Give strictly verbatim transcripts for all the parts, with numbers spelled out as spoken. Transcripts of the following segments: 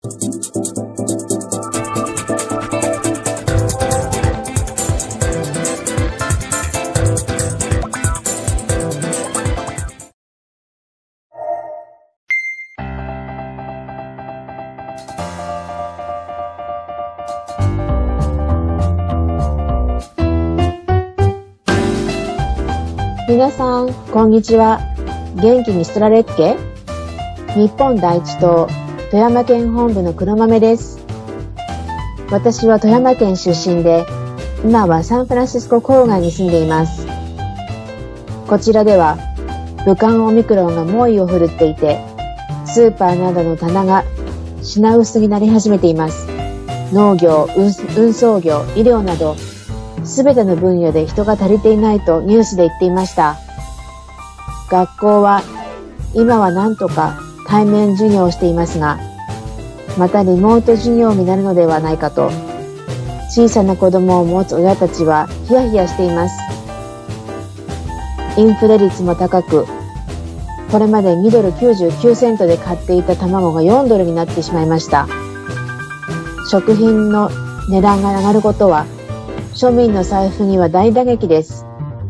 皆さん、こんにちは。元気にしとられっけ？日本第一党富山県本部の黒豆です。私は富山県出身で、今はサンフランシスコ郊外に住んでいます。こちらでは、武漢オミクロンが猛威を振るっていて、スーパーなどの棚が品薄になり始めています。農業、運送業、医療など、すべての分野で人が足りていないとニュースで言っていました。学校は今は何とか対面授業をしていますが、またリモート授業になるのではないかと、小さな子供を持つ親たちはヒヤヒヤしています。インフレ率も高く、これまでにドルきゅうじゅうきゅうセントで買っていた卵がよんドルになってしまいました。食品の値段が上がることは、庶民の財布には大打撃です。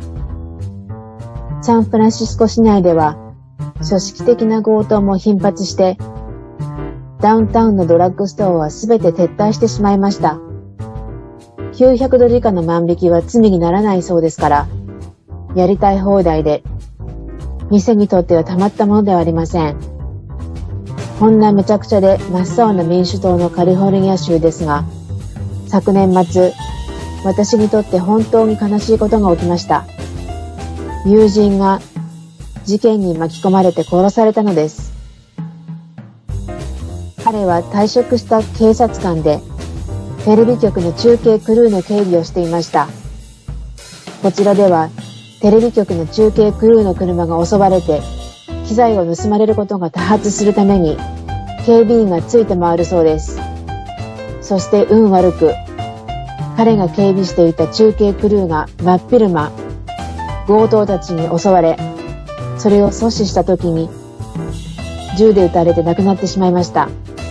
サンフランシスコ市内では組織的な強盗も頻発して、ダウンタウンのドラッグストアはすべて撤退してしまいました。きゅうひゃくドル以下の万引きは罪にならないそうですから、やりたい放題で、店にとってはたまったものではありません。こんな無茶苦茶で真っ青な民主党のカリフォルニア州ですが、昨年末、私にとって本当に悲しいことが起きました。友人が事件に巻き込まれて殺されたのです。彼は退職した警察官で、テレビ局の中継クルーの警備をしていました。こちらでは、テレビ局の中継クルーの車が襲われて、機材を盗まれることが多発するために、警備員がついて回るそうです。そして運悪く、彼が警備していた中継クルーが真っ昼間、強盗たちに襲われ、それを阻止した時に、銃で撃たれて亡くなってしまいました。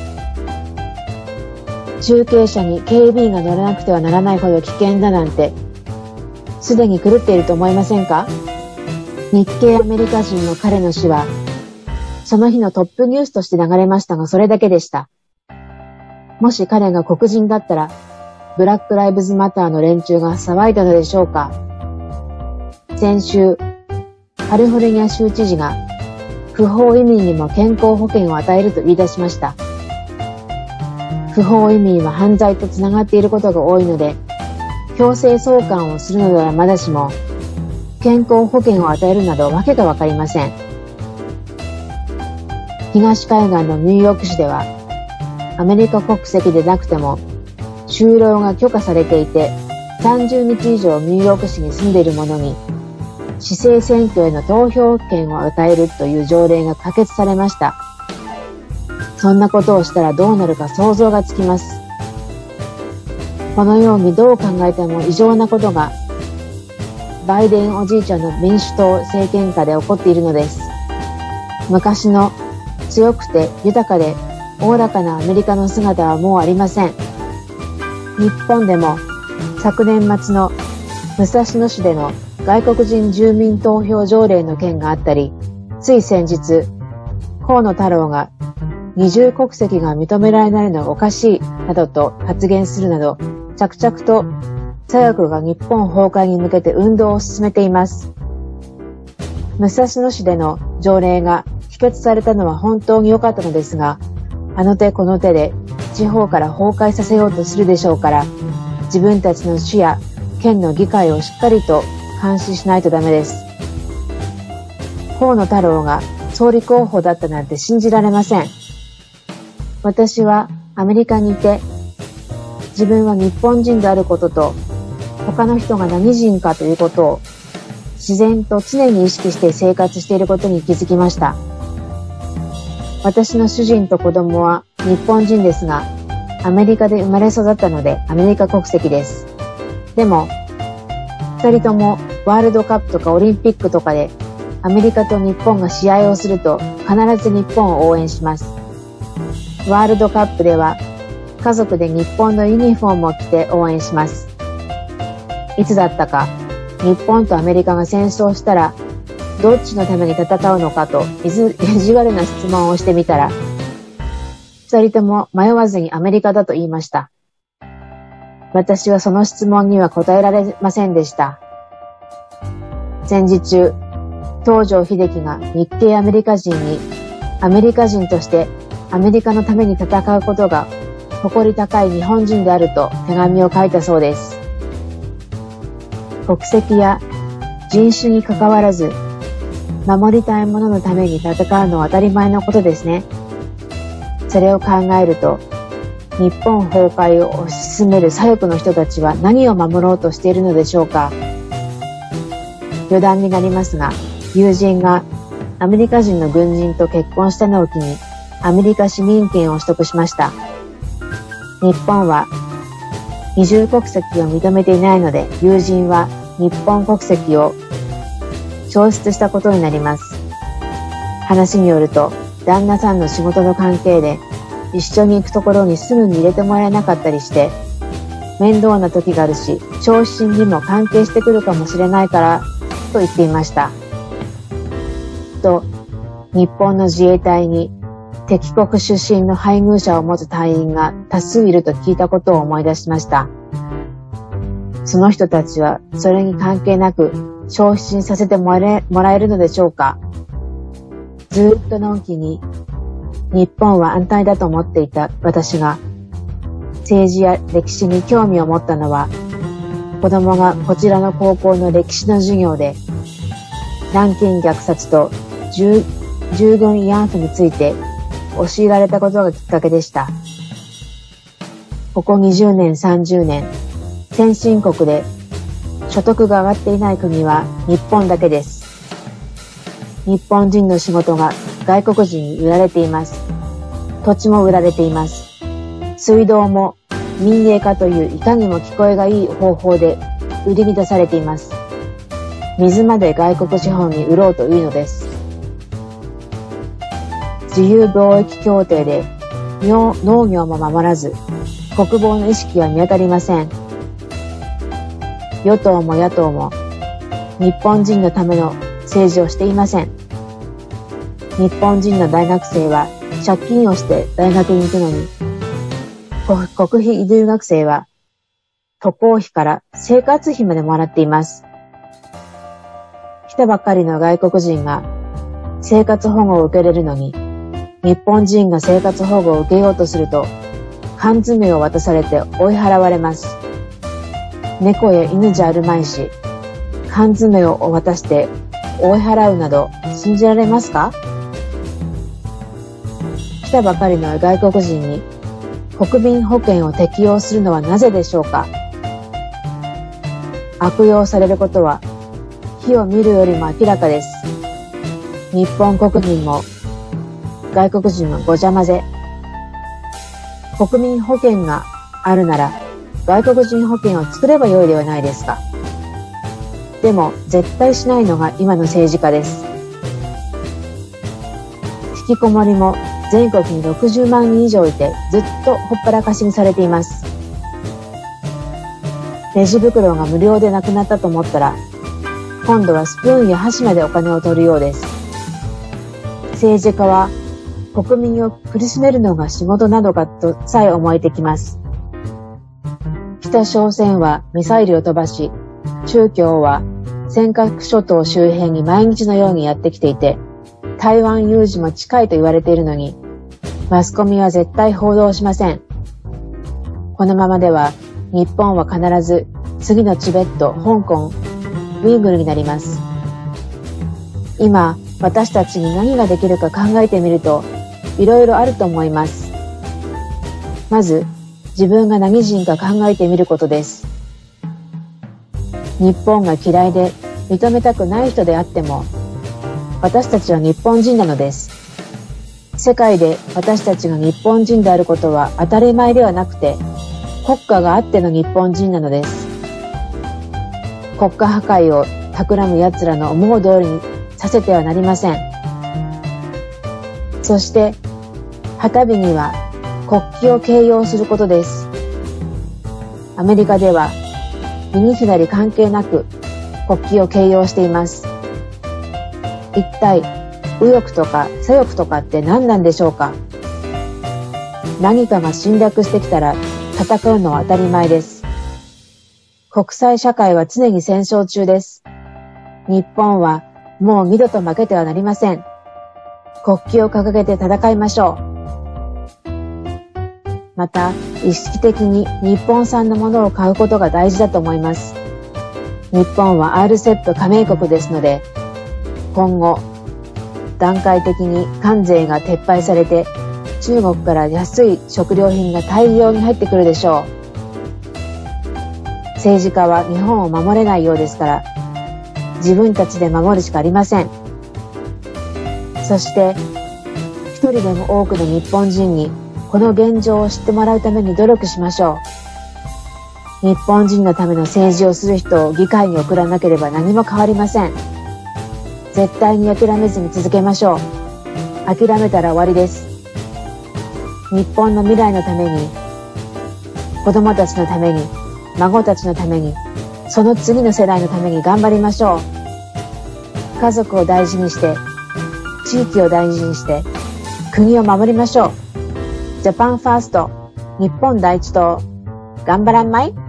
中継車に警備員が乗らなくてはならないほど危険だなんて、すでに狂っていると思いませんか？日系アメリカ人の彼の死は、その日のトップニュースとして流れましたが、それだけでした。もし彼が黒人だったら、ブラックライブズマターの連中が騒いだのでしょうか。先週、カリフォルニア州知事が不法移民にも健康保険を与えると言い出しました。不法移民は犯罪とつながっていることが多いので、強制送還をするのではまだしも、健康保険を与えるなどわけがわかりません。東海岸のニューヨーク市では、アメリカ国籍でなくても、就労が許可されていて、さんじゅうにち以上ニューヨーク市に住んでいる者に、市政選挙への投票権を与えるという条例が可決されました。そんなことをしたらどうなるか想像がつきます。このようにどう考えても異常なことが、バイデンおじいちゃんの民主党政権下で起こっているのです。昔の強くて豊かでおおらかなアメリカの姿はもうありません。日本でも昨年末の武蔵野市での外国人住民投票条例の件があったり、つい先日、河野太郎が二重国籍が認められないのはおかしいなどと発言するなど、着々と左翼が日本崩壊に向けて運動を進めています。武蔵野市での条例が否決されたのは本当に良かったのですが、あの手この手で地方から崩壊させようとするでしょうから、自分たちの市や県の議会をしっかりと監視しないとダメです。河野太郎が総理候補だったなんて信じられません。私はアメリカにいて、自分は日本人であることと、他の人が何人かということを自然と常に意識して生活していることに気づきました。私の主人と子供は日本人ですが、アメリカで生まれ育ったのでアメリカ国籍です。でも、二人ともワールドカップとかオリンピックとかでアメリカと日本が試合をすると必ず日本を応援します。 ワールドカップでは家族で日本のユニフォームを着て応援します。いつだったか、日本とアメリカが戦争したらどっちのために戦うのかと意地悪な質問をしてみたら、二人とも迷わずにアメリカだと言いました。私はその質問には答えられませんでした。戦時中、東条英機が日系アメリカ人にアメリカ人としてアメリカのために戦うことが誇り高い日本人であると手紙を書いたそうです。国籍や人種に関わらず、守りたいもののために戦うのは当たり前のことですね。それを考えると、日本崩壊を推し進める左翼の人たちは何を守ろうとしているのでしょうか。余談になりますが、友人がアメリカ人の軍人と結婚したのを機にアメリカ市民権を取得しました。日本は二重国籍を認めていないので、友人は日本国籍を消失したことになります。話によると、旦那さんの仕事の関係で一緒に行くところにすぐに入れてもらえなかったりして、面倒な時があるし、昇進にも関係してくるかもしれないからと言っていました。と、日本の自衛隊に敵国出身の配偶者を持つ隊員が多数いると聞いたことを思い出しました。その人たちはそれに関係なく昇進させてもらえ、もらえるのでしょうか。ずっとのんきに日本は安泰だと思っていた私が政治や歴史に興味を持ったのは、子供がこちらの高校の歴史の授業で南京虐殺と従軍慰安婦について教えられたことがきっかけでした。ここにじゅうねん、さんじゅうねん、先進国で所得が上がっていない国は日本だけです。日本人の仕事が外国人に売られています。土地も売られています。水道も民営化といういかにも聞こえがいい方法で売りに出されています。水まで外国資本に売ろうというのです。自由貿易協定で農業も守らず、国防の意識は見当たりません。与党も野党も日本人のための政治をしていません。日本人の大学生は借金をして大学に行くのに、国費留学生は渡航費から生活費までもらっています。来たばかりの外国人が生活保護を受けれるのに、日本人が生活保護を受けようとすると、缶詰を渡されて追い払われます。猫や犬じゃあるまいし、缶詰を渡して追い払うなど信じられますか？来たばかりの外国人に国民保険を適用するのはなぜでしょうか？悪用されることは火を見るよりも明らかです。日本国民も外国人もごちゃ混ぜ。国民保険があるなら外国人保険を作ればよいではないですか。でも絶対しないのが今の政治家です。引きこもりも全国にろくじゅうまんにん以上いて、ずっとほっぱらかしにされています。レジ袋が無料でなくなったと思ったら、今度はスプーンや箸までお金を取るようです。政治家は国民を苦しめるのが仕事なのかとさえ思えてきます。北朝鮮はミサイルを飛ばし、中共は尖閣諸島周辺に毎日のようにやってきていて、台湾有事も近いと言われているのに、マスコミは絶対報道しません。このままでは日本は必ず次のチベット、香港、ウイグルになります。今、私たちに何ができるか考えてみると、いろいろあると思います。まず、自分が何人か考えてみることです。日本が嫌いで認めたくない人であっても、私たちは日本人なのです。世界で私たちが日本人であることは当たり前ではなくて、国家があっての日本人なのです。国家破壊を企む奴らの思う通りにさせてはなりません。そして、旗日には国旗を掲揚することです。アメリカでは右左関係なく国旗を掲揚しています。一体右翼とか左翼とかって何なんでしょうか。何かが侵略してきたら戦うのは当たり前です。国際社会は常に戦争中です。日本はもう二度と負けてはなりません。国旗を掲げて戦いましょう。また、意識的に日本産のものを買うことが大事だと思います。日本は アールセップ 加盟国ですので、今後、段階的に関税が撤廃されて、中国から安い食料品が大量に入ってくるでしょう。政治家は日本を守れないようですから、自分たちで守るしかありません。そして、一人でも多くの日本人にこの現状を知ってもらうために努力しましょう。日本人のための政治をする人を議会に送らなければ何も変わりません。絶対に諦めずに続けましょう。諦めたら終わりです。日本の未来のために、子供たちのために、孫たちのために、その次の世代のために頑張りましょう。家族を大事にして、地域を大事にして、国を守りましょう。ジャパンファースト、日本第一党、頑張らんまい。